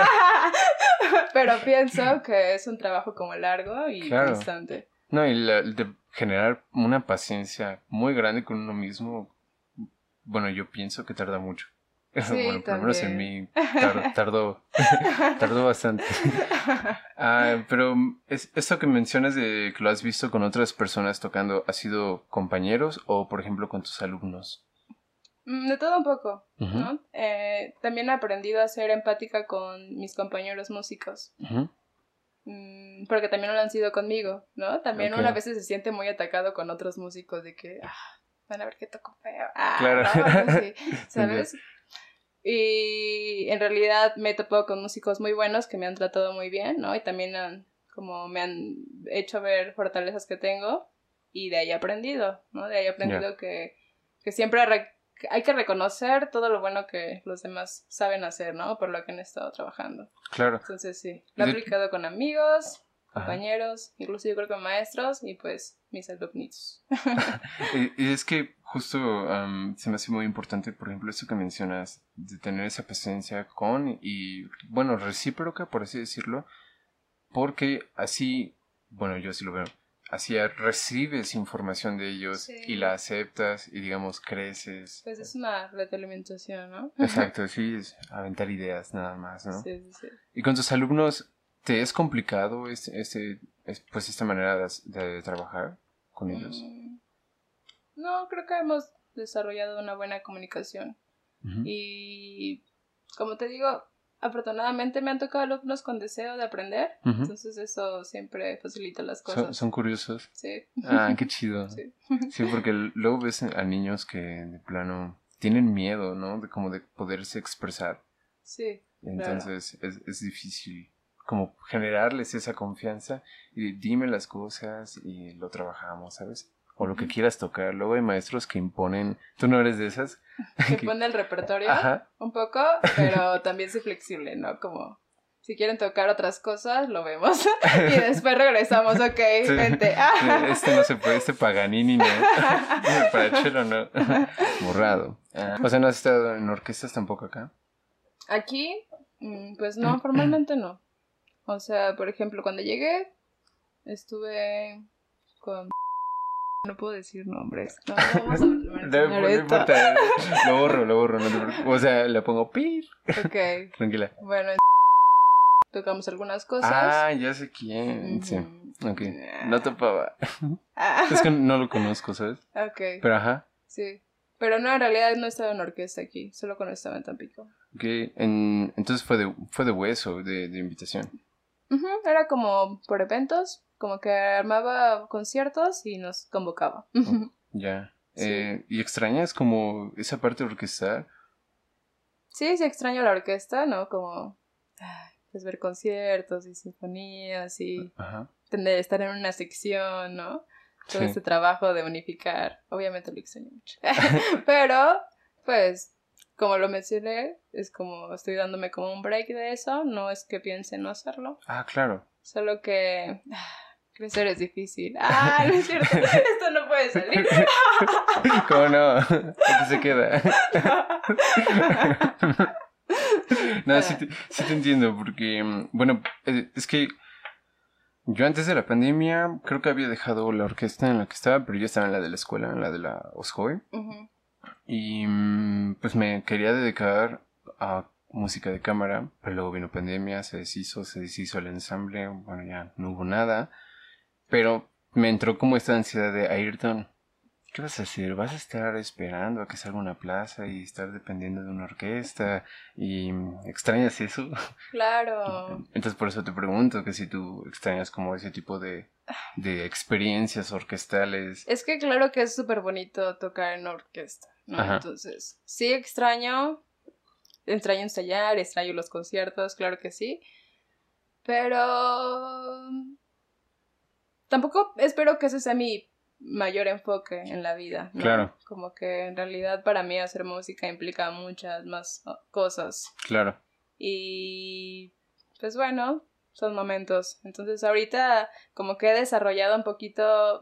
pero pienso que es un trabajo como largo y Claro. constante. no, y la- de generar una paciencia muy grande con uno mismo, bueno, yo pienso que tarda mucho. Sí, bueno, por lo menos en también. mí tar- tardó, tardó bastante. Ah, pero es, esto que mencionas de que lo has visto con otras personas tocando, ¿ha sido compañeros o, por ejemplo, con tus alumnos? Mm, De todo un poco, Ujú, ¿no? Eh, también he aprendido a ser empática con mis compañeros músicos, ujú. mm, porque también lo han sido conmigo, ¿no? También Ok. una vez se siente muy atacado con otros músicos de que, ah, van a ver que toco feo, ah, Claro. no, algo así, ¿sabes? Y en realidad me he topado con músicos muy buenos que me han tratado muy bien, ¿no? Y también han, como me han hecho ver fortalezas que tengo y de ahí he aprendido, ¿no? De ahí he aprendido que, que siempre re- que hay que reconocer todo lo bueno que los demás saben hacer, ¿no? Por lo que han estado trabajando. Claro. Entonces sí, lo he De- aplicado con amigos, Ajá. compañeros, incluso yo creo que maestros y pues mis alumnitos. Y, y es que justo am, se me hace muy importante, por ejemplo, esto que mencionas, de tener esa paciencia con y, bueno, recíproca, por así decirlo, porque así, bueno, yo así lo veo, así recibes información de ellos Sí. y la aceptas y, digamos, creces. Pues es una retroalimentación, ¿no? Exacto, sí, es aventar ideas nada más, ¿no? Sí, sí, sí. Y con tus alumnos, ¿te es complicado este, este, es- pues esta manera de, de trabajar con ellos? Mm, No, creo que hemos desarrollado una buena comunicación. Ujú. Y como te digo, afortunadamente me han tocado alumnos con deseo de aprender. Ujú. Entonces eso siempre facilita las Son, cosas. son curiosos. Sí. Ah, qué chido. Sí. Sí, porque l- luego ves a niños que de plano tienen miedo, ¿no? De como de poderse expresar. Sí. Entonces es, es difícil como generarles esa confianza y dime las cosas y lo trabajamos, ¿sabes? O lo que Ujú. quieras tocar. Luego hay maestros que imponen. ¿Tú no eres de esas? Que Que- pone el repertorio Ajá. un poco, pero también soy flexible, ¿no? Como si quieren tocar otras cosas, lo vemos. Y después regresamos, ok, Sí. vente. Sí, este no se puede, este Paganini no. Para chelo no. Borrado. Ah, o sea, ¿no has estado en orquestas tampoco acá? Aquí, mm, pues no, formalmente no. O sea, por ejemplo, cuando llegué, estuve con... No puedo decir nombres. No, no vamos a mencionar no, no esto. importa. Lo borro, lo borro. No te preocupes. O sea, le pongo pip. Ok. Tranquila. Bueno, tocamos algunas cosas. Ah, ya sé quién. Ujú. Sí. Ok. No topaba. Ah. Es que no lo conozco, ¿sabes? Ok. Pero ajá. Sí. Pero no, en realidad no estaba en orquesta aquí. Solo cuando estaba en Tampico. Ok. En, entonces fue de, fue de hueso, de, de invitación. Ujú, era como por eventos. Como que armaba conciertos y nos convocaba. Oh, ya. Sí. Eh, ¿Y extrañas como esa parte orquestal? Sí, sí extraño la orquesta, ¿no? Como ay, pues ver conciertos y sinfonías y Ajá. tener, estar en una sección, ¿no? Todo Sí. este trabajo de unificar. Obviamente lo extraño mucho. Pero, pues, como lo mencioné, es como estoy dándome como un break de eso. No es que piense no hacerlo. Ah, claro. Solo que ah, crecer es difícil. Ah, no es cierto. Esto no puede salir. ¿Cómo no? Aquí se queda. No, sí te, sí te entiendo, porque, mm, bueno, eh, es que yo antes de la pandemia creo que había dejado la orquesta en la que estaba, pero yo estaba en la de la escuela, en la de la OSJOE, Ujú. y mm, pues me quería dedicar a música de cámara, pero luego vino pandemia, se deshizo, se deshizo el ensamble, bueno, ya no hubo nada, pero me entró como esta ansiedad de Ayrton. ¿Qué vas a hacer? ¿Vas a estar esperando a que salga una plaza y estar dependiendo de una orquesta? ¿Y extrañas eso? Claro. Entonces por eso te pregunto que si tú extrañas como ese tipo de, de experiencias orquestales. Es que claro que es súper bonito tocar en orquesta, ¿no? Ajá. Entonces, sí extraño, extraño ensayar, extraño los conciertos, claro que sí, pero tampoco espero que ese sea mi mayor enfoque en la vida, ¿no? Claro. Como que en realidad para mí hacer música implica muchas más cosas. Claro. Y pues bueno, son momentos. Entonces ahorita como que he desarrollado un poquito...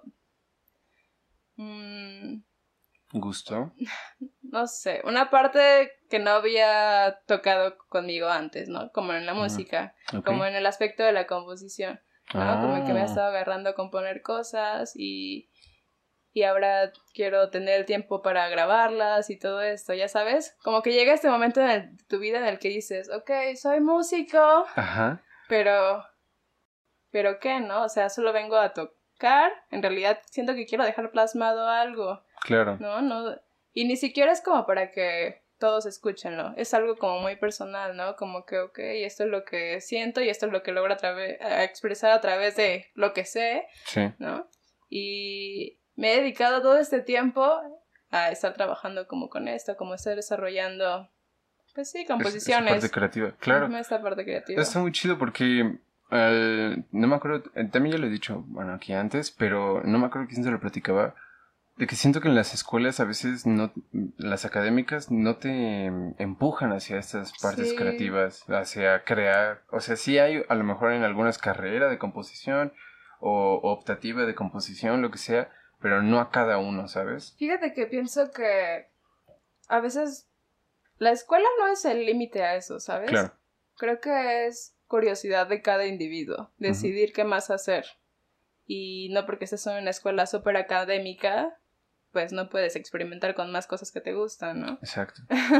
Mmm, ¿Gusto? no sé, una parte que no había tocado conmigo antes, ¿no? Como en la música, Okay. como en el aspecto de la composición, ¿no? Ah. Como que me he estado agarrando a componer cosas y, y ahora quiero tener el tiempo para grabarlas y todo esto, ya sabes, como que llega este momento en el, tu vida en el que dices, ok, soy músico, Ajá. pero, pero ¿qué, no? O sea, solo vengo a tocar, en realidad siento que quiero dejar plasmado algo. Claro. No, no, y ni siquiera es como para que todos escúchenlo, es algo como muy personal, ¿no? Como que, ok, esto es lo que siento y esto es lo que logro a través, a expresar a través de lo que sé, Sí. ¿no? Y me he dedicado todo este tiempo a estar trabajando como con esto, como estar desarrollando, pues sí, composiciones. Esa parte creativa, claro. Uh-huh, esta parte creativa. Está muy chido porque... Uh, no me acuerdo, también ya lo he dicho, bueno, aquí antes, pero no me acuerdo quién se lo platicaba. De que siento que en las escuelas a veces no, las académicas no te empujan hacia estas partes Sí. creativas, hacia crear, o sea, sí hay a lo mejor en algunas carreras de composición o, o optativa de composición, lo que sea, pero no a cada uno, ¿sabes? Fíjate que pienso que a veces la escuela no es el límite a eso, ¿sabes? Claro. Creo que es curiosidad de cada individuo, decidir uh-huh. qué más hacer. Y no porque estés en una escuela súper académica, pues no puedes experimentar con más cosas que te gustan, ¿no? Exacto.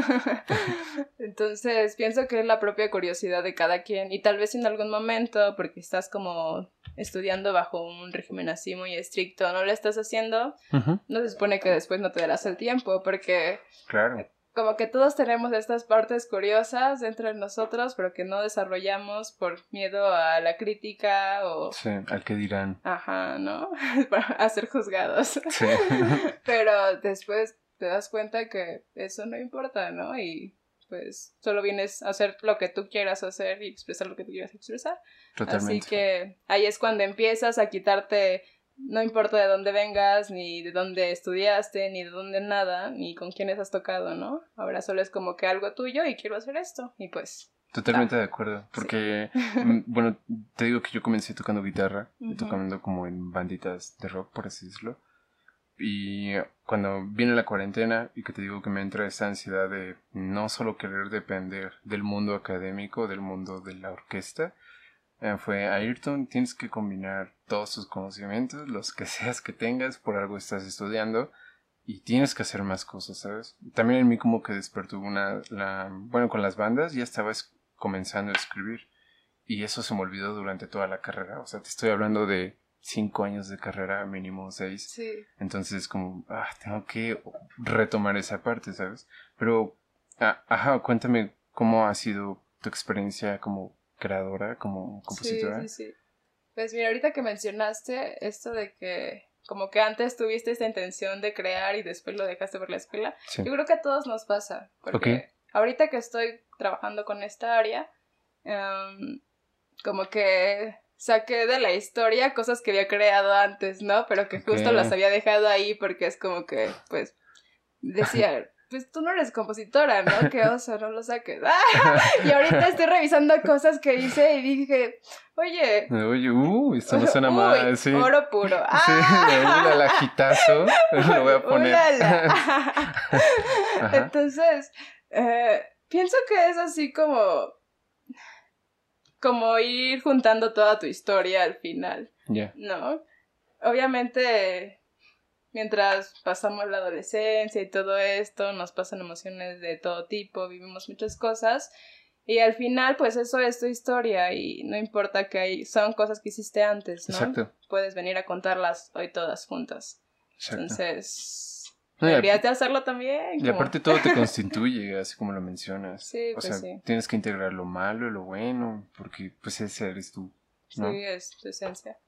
Entonces, pienso que es la propia curiosidad de cada quien. Y tal vez en algún momento, porque estás como estudiando bajo un régimen así muy estricto, no lo estás haciendo, uh-huh. no se supone que después no te darás el tiempo, porque... Claro. Como que todos tenemos estas partes curiosas dentro de nosotros, pero que no desarrollamos por miedo a la crítica o... Sí, al que dirán. Ajá, ¿no? A ser juzgados. Sí. Pero después te das cuenta que eso no importa, ¿no? Y pues solo vienes a hacer lo que tú quieras hacer y expresar lo que tú quieras expresar. Totalmente. Así que ahí es cuando empiezas a quitarte... No importa de dónde vengas, ni de dónde estudiaste, ni de dónde nada, ni con quiénes has tocado, ¿no? Ahora solo es como que algo tuyo y quiero hacer esto, y pues... Totalmente ah. de acuerdo, porque, sí. Bueno, te digo que yo comencé tocando guitarra, uh-huh. tocando como en banditas de rock, por así decirlo, y cuando viene la cuarentena y que te digo que me entra esa ansiedad de no solo querer depender del mundo académico, del mundo de la orquesta, eh, fue Ayrton, tienes que combinar todos tus conocimientos, los que seas que tengas, por algo estás estudiando, y tienes que hacer más cosas, ¿sabes? También en mí como que despertó una, la, bueno, con las bandas ya estaba es- comenzando a escribir, y eso se me olvidó durante toda la carrera, o sea, te estoy hablando de cinco años de carrera, mínimo seis, Sí. entonces como, ah, tengo que retomar esa parte, ¿sabes? Pero, ah, ajá, cuéntame cómo ha sido tu experiencia como creadora, como Sí, compositora. sí, sí. Pues mira, ahorita que mencionaste esto de que como que antes tuviste esta intención de crear y después lo dejaste por la escuela, Sí. yo creo que a todos nos pasa, porque Ok. ahorita que estoy trabajando con esta área, em, como que saqué de la historia cosas que había creado antes, ¿no? Pero que Ok. justo las había dejado ahí porque es como que, pues, decía, pues tú no eres compositora, ¿no? Qué oso, no lo saques. Y ahorita estoy revisando cosas que hice y dije, oye, Oye, uh, esto no suena uy, mal, sí. oro puro. Sí, ¡Ah! el agitazo, lo voy a poner. ¡Ulala! Ajá, Entonces, eh, pienso que es así como, como ir juntando toda tu historia al final, ya. ¿no? Obviamente, mientras pasamos la adolescencia y todo esto, nos pasan emociones de todo tipo, vivimos muchas cosas. Y al final, pues eso es tu historia y no importa que hay, son cosas que hiciste antes, ¿no? Exacto. Puedes venir a contarlas hoy todas juntas. Exacto. Entonces, No, y, deberías ap- de hacerlo también. y Como... aparte todo te constituye, así como lo mencionas. Sí, O pues sea, sí. tienes que integrar lo malo y lo bueno, porque pues ese eres tú, Sí, ¿no? es tu esencia.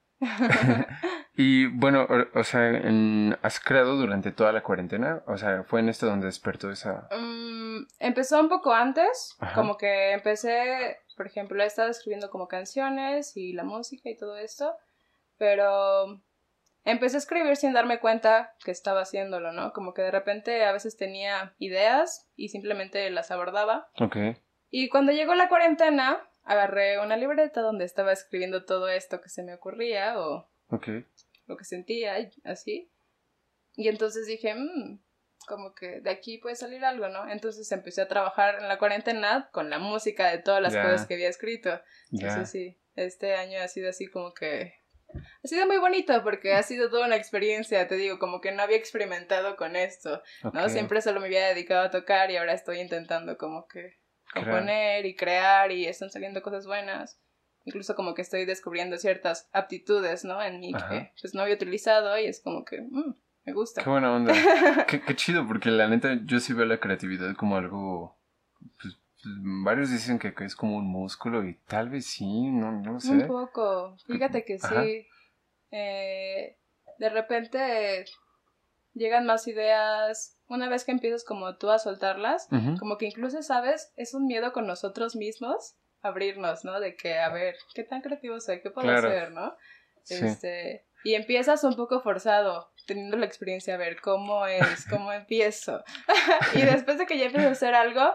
Y bueno, o, o sea, en- ¿has creado durante toda la cuarentena? O sea, ¿fue en esto donde despertó esa...? Mm, empezó un poco antes, Ajá. como que empecé, por ejemplo, he estado escribiendo como canciones y la música y todo esto, pero empecé a escribir sin darme cuenta que estaba haciéndolo, ¿no? Como que de repente a veces tenía ideas y simplemente las abordaba. Ok. Y cuando llegó la cuarentena, agarré una libreta donde estaba escribiendo todo esto que se me ocurría o Ok. lo que sentía, y así. Y entonces dije, mmm, como que de aquí puede salir algo, ¿no? Entonces empecé a trabajar en la cuarentena con la música de todas las Ya. cosas que había escrito. Ya. Entonces sí, este año ha sido así como que... Ha sido muy bonito porque ha sido toda una experiencia, te digo, como que no había experimentado con esto, ¿no? Ok. Siempre solo me había dedicado a tocar y ahora estoy intentando como que Crear. componer y crear y están saliendo cosas buenas. Incluso como que estoy descubriendo ciertas aptitudes, ¿no? En mí Ajá. que pues no había utilizado y es como que mm, me gusta. Qué buena onda. qué, qué chido, porque la neta yo sí veo la creatividad como algo... Pues, pues, varios dicen que, que es como un músculo y tal vez sí, no, no lo sé. Un poco, fíjate que Ajá. sí. Eh, de repente llegan más ideas. Una vez que empiezas como tú a soltarlas, Ujú. como que incluso, ¿sabes? Es un miedo con nosotros mismos abrirnos, ¿no? De que, a ver, ¿qué tan creativo soy? ¿Qué puedo Claro. hacer, no? Sí. Este, y empiezas un poco forzado, teniendo la experiencia, a ver, ¿cómo es? ¿Cómo empiezo? Y después de que ya empiezas a hacer algo,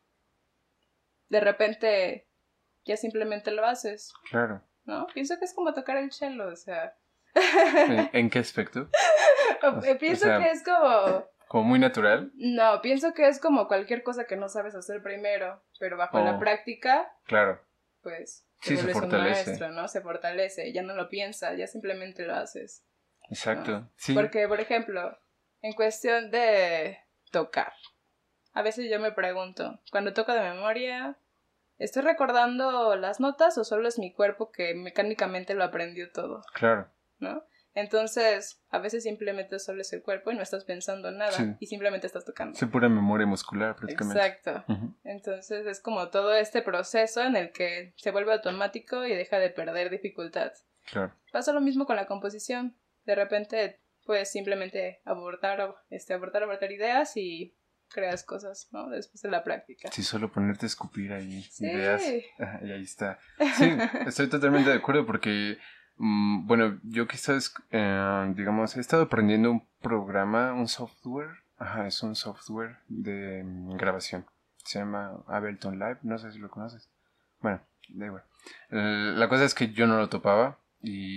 de repente ya simplemente lo haces, Claro. ¿no? Pienso que es como tocar el cello, o sea... ¿En, en qué aspecto? O, Pienso o sea, que es como... como muy natural. No, pienso que es como cualquier cosa que no sabes hacer primero, pero bajo la Oh. práctica, Claro. pues te Sí, se vuelves un fortalece. maestro, ¿no? Se fortalece, ya no lo piensas, ya simplemente lo haces. Exacto. ¿No? Sí. Porque, por ejemplo, en cuestión de tocar, a veces yo me pregunto, cuando toco de memoria, ¿estoy recordando las notas o solo es mi cuerpo que mecánicamente lo aprendió todo? Claro. ¿No? Entonces, a veces simplemente solo es el cuerpo y no estás pensando en nada, Sí. y simplemente estás tocando. Sí, pura memoria muscular prácticamente. Exacto. Ujú. Entonces es como todo este proceso en el que se vuelve automático y deja de perder dificultad. Claro. Pasa lo mismo con la composición. De repente puedes simplemente abordar, este, abortar, abortar ideas y creas cosas, ¿no? Después de la práctica. Sí, solo ponerte a escupir ahí Sí. ideas. Ajá, y ahí está. Sí, estoy totalmente de acuerdo porque, mm, bueno, yo quizás, eh, digamos, he estado aprendiendo un programa, un software. Ajá, es un software de mm, grabación. Se llama Ableton Live, no sé si lo conoces. Bueno, da igual. Eh, la cosa es que yo no lo topaba y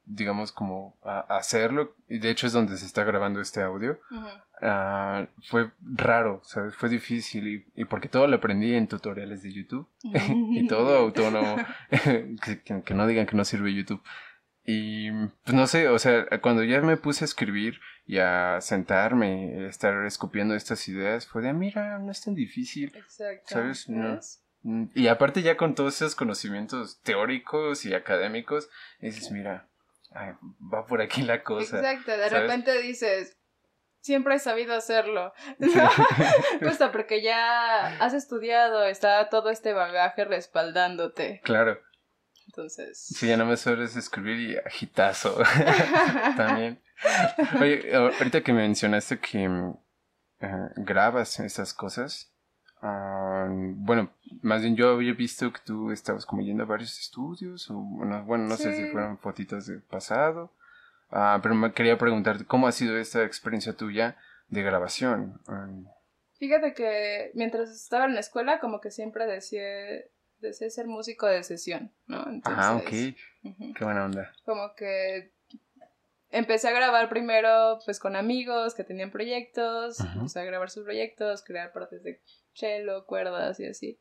digamos, como a, a hacerlo, y de hecho es donde se está grabando este audio, Ujú. uh, fue raro, ¿sabes? Fue difícil, y, y porque todo lo aprendí en tutoriales de YouTube, y todo autónomo, que, que, que no digan que no sirve YouTube. Y pues no sé, o sea, cuando ya me puse a escribir y a sentarme, a estar escupiendo estas ideas, fue de, mira, no es tan difícil, Exacto. ¿sabes? No. ¿Ves? Y aparte ya con todos esos conocimientos teóricos y académicos, dices, mira, ay, va por aquí la cosa. Exacto, de ¿sabes? repente dices, siempre he sabido hacerlo. ¿No? Justo porque ya has estudiado, está todo este bagaje respaldándote. Claro. Entonces. Sí, ya no me sueles escribir y agitazo. También. Oye, ahorita que mencionaste que uh, grabas esas cosas. Uh, bueno, más bien yo había visto que tú estabas como yendo a varios estudios. O, bueno, bueno, no Sí. sé si fueron fotitos del pasado. Uh, pero me quería preguntarte, ¿cómo ha sido esta experiencia tuya de grabación? Uh, Fíjate que mientras estaba en la escuela, como que siempre decía. Deseé ser músico de sesión, ¿no? Entonces, ah, ok. Uh-huh. Qué buena onda. Como que empecé a grabar primero pues con amigos que tenían proyectos, uh-huh. Empecé a grabar sus proyectos, crear partes de cello, cuerdas y así.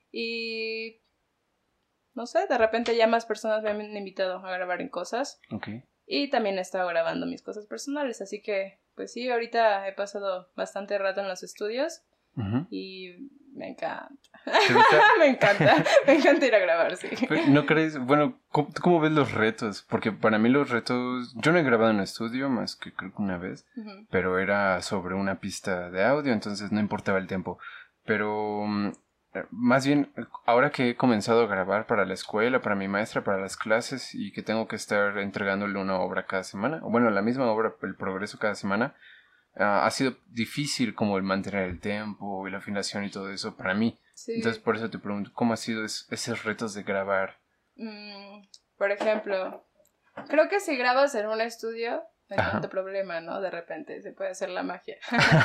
Y no sé, de repente ya más personas me han invitado a grabar en cosas. Ok. Y también he estado grabando mis cosas personales, así que pues sí, ahorita he pasado bastante rato en los estudios. Uh-huh. Y me encanta. me encanta. Me encanta ir a grabar, sí. ¿No crees? Bueno, ¿cómo, ¿cómo ves los retos? Porque para mí los retos... Yo no he grabado en estudio más que creo que una vez. Uh-huh. Pero era sobre una pista de audio, entonces no importaba el tiempo. Pero... Más bien, ahora que he comenzado a grabar para la escuela, para mi maestra, para las clases y que tengo que estar entregándole una obra cada semana, bueno, la misma obra, el progreso cada semana, uh, ha sido difícil como el mantener el tempo y la afinación y todo eso para mí. Sí. Entonces por eso te pregunto, ¿cómo ha sido es, esos retos de grabar? Mm, por ejemplo, creo que si grabas en un estudio... No hay tanto problema, ¿no? De repente se puede hacer la magia.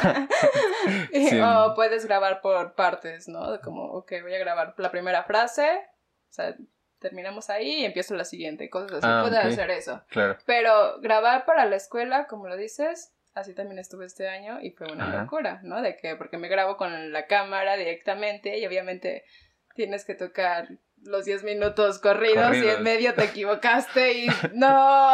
Sí. O puedes grabar por partes, ¿no? Como, ok, voy a grabar la primera frase, o sea, terminamos ahí y empiezo la siguiente, cosas así. Ah, puedes okay. hacer eso. Claro. Pero grabar para la escuela, como lo dices, así también estuve este año y fue una Ajá. locura, ¿no? De que, porque me grabo con la cámara directamente y obviamente tienes que tocar los diez minutos corridos, corridos. Y en medio te equivocaste y ¡no!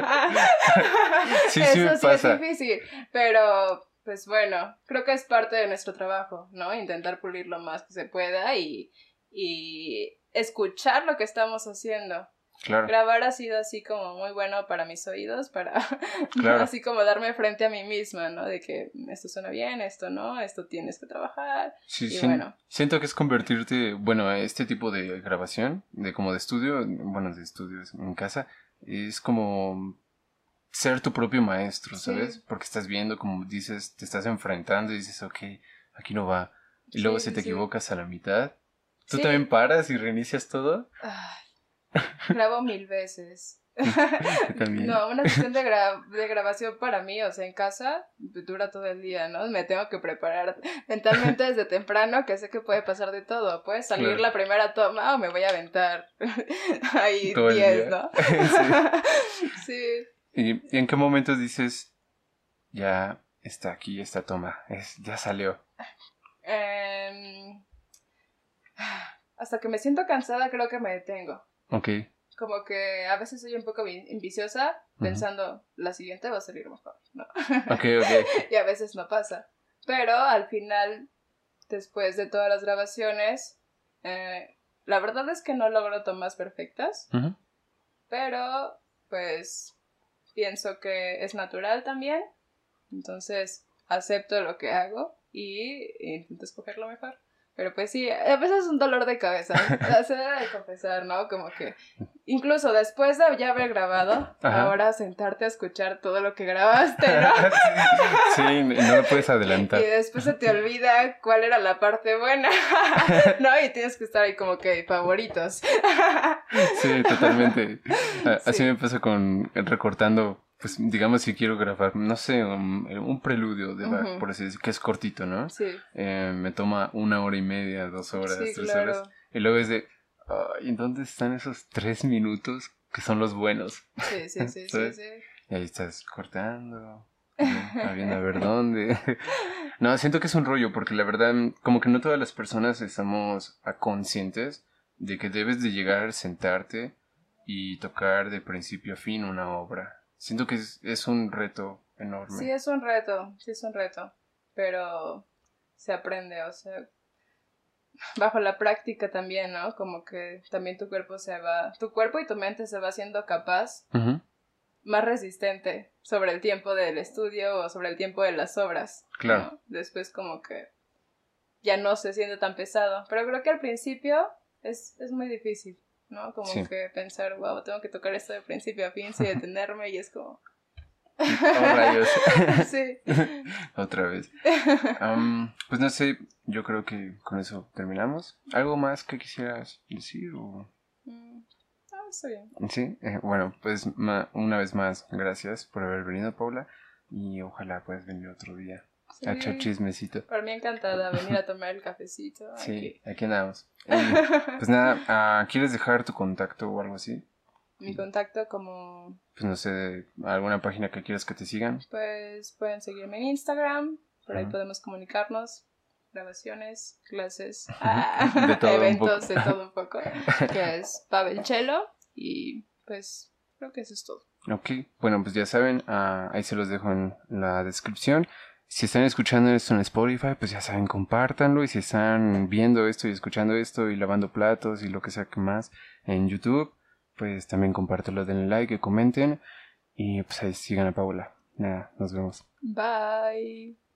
Sí, sí Eso me sí pasa. es difícil, pero pues bueno, creo que es parte de nuestro trabajo, ¿no? Intentar pulir lo más que se pueda y, y escuchar lo que estamos haciendo. Claro. Grabar ha sido así como muy bueno para mis oídos, para claro. Así como darme frente a mí misma, ¿no? De que esto suena bien, esto no, esto tienes que trabajar. Sí, y sí, bueno. Siento que es convertirte, bueno, a este tipo de grabación, de como de estudio, bueno, de estudios en casa, es como ser tu propio maestro, ¿sabes? Sí. Porque estás viendo, como dices, te estás enfrentando y dices, ok, aquí no va. Y luego sí, si te sí. equivocas a la mitad, ¿tú sí. también paras y reinicias todo? Ay. Grabo mil veces. También. No, una sesión de, gra- de grabación para mí, o sea, en casa, dura todo el día, ¿no? Me tengo que preparar mentalmente desde temprano, que sé que puede pasar de todo. Puede salir claro. la primera toma o me voy a aventar ahí diez, ¿no? Sí. Sí. ¿Y, ¿Y en qué momentos dices, ya está aquí esta toma, es, ya salió? Um, hasta que me siento cansada creo que me detengo. Ok. Como que a veces soy un poco ambiciosa, uh-huh. pensando, la siguiente va a salir mejor, ¿no? Ok, ok. Y a veces no pasa. Pero al final, después de todas las grabaciones, eh, la verdad es que no logro tomas perfectas, uh-huh. pero pues pienso que es natural también, entonces acepto lo que hago y intento escoger lo mejor. Pero pues sí, a veces es un dolor de cabeza, se debe de confesar, ¿no? Como que incluso después de ya haber grabado, Ajá. ahora sentarte a escuchar todo lo que grabaste, ¿no? Sí, sí, no lo puedes adelantar. Y después se te olvida cuál era la parte buena, ¿no? Y tienes que estar ahí como que favoritos. Sí, totalmente. Así sí. me pasa con recortando, pues digamos si quiero grabar, no sé, un, un preludio de Bach, uh-huh. por así decir, que es cortito, ¿no? Sí. Eh, me toma una hora y media, dos horas, sí, tres claro. horas. Y luego es de, ¿y uh, dónde están esos tres minutos que son los buenos. Sí, sí, sí, sí, sí. Y ahí estás cortando, viendo a ver dónde. No, siento que es un rollo, porque la verdad, como que no todas las personas estamos conscientes de que debes de llegar, sentarte y tocar de principio a fin una obra. Siento que es, es un reto enorme. Sí, es un reto, sí es un reto, pero se aprende, o sea, bajo la práctica también, ¿no? Como que también tu cuerpo se va, tu cuerpo y tu mente se va haciendo capaz, uh-huh. más resistente sobre el tiempo del estudio o sobre el tiempo de las obras. Claro. ¿No? Después como que ya no se siente tan pesado, pero creo que al principio es, es muy difícil, ¿no? Como sí. que pensar, wow, tengo que tocar esto de principio a fin sin detenerme y es como... Oh, rayos. Sí. Otra vez. Um, pues no sé, yo creo que con eso terminamos. ¿Algo más que quisieras decir? O... Mm, ah, está bien. Sí, eh, bueno, pues ma- una vez más, gracias por haber venido, Paula. Y ojalá puedas venir otro día sí. a echar chismecito. Por mí encantada venir a tomar el cafecito. Sí, aquí, aquí andamos. Y, pues nada, uh, ¿quieres dejar tu contacto o algo así? Mi contacto como... Pues no sé, alguna página que quieras que te sigan. Pues pueden seguirme en Instagram, por ahí uh-huh. podemos comunicarnos, grabaciones, clases, ah, de todo eventos, de todo un poco, que es Pavel Chelo y pues creo que eso es todo. Ok, bueno pues ya saben, uh, ahí se los dejo en la descripción. Si están escuchando esto en Spotify, pues ya saben, compártanlo. Y si están viendo esto y escuchando esto y lavando platos y lo que sea que más en YouTube, pues también compártelo, denle like, comenten y pues ahí sigan a Paula. Nada, nos vemos. Bye.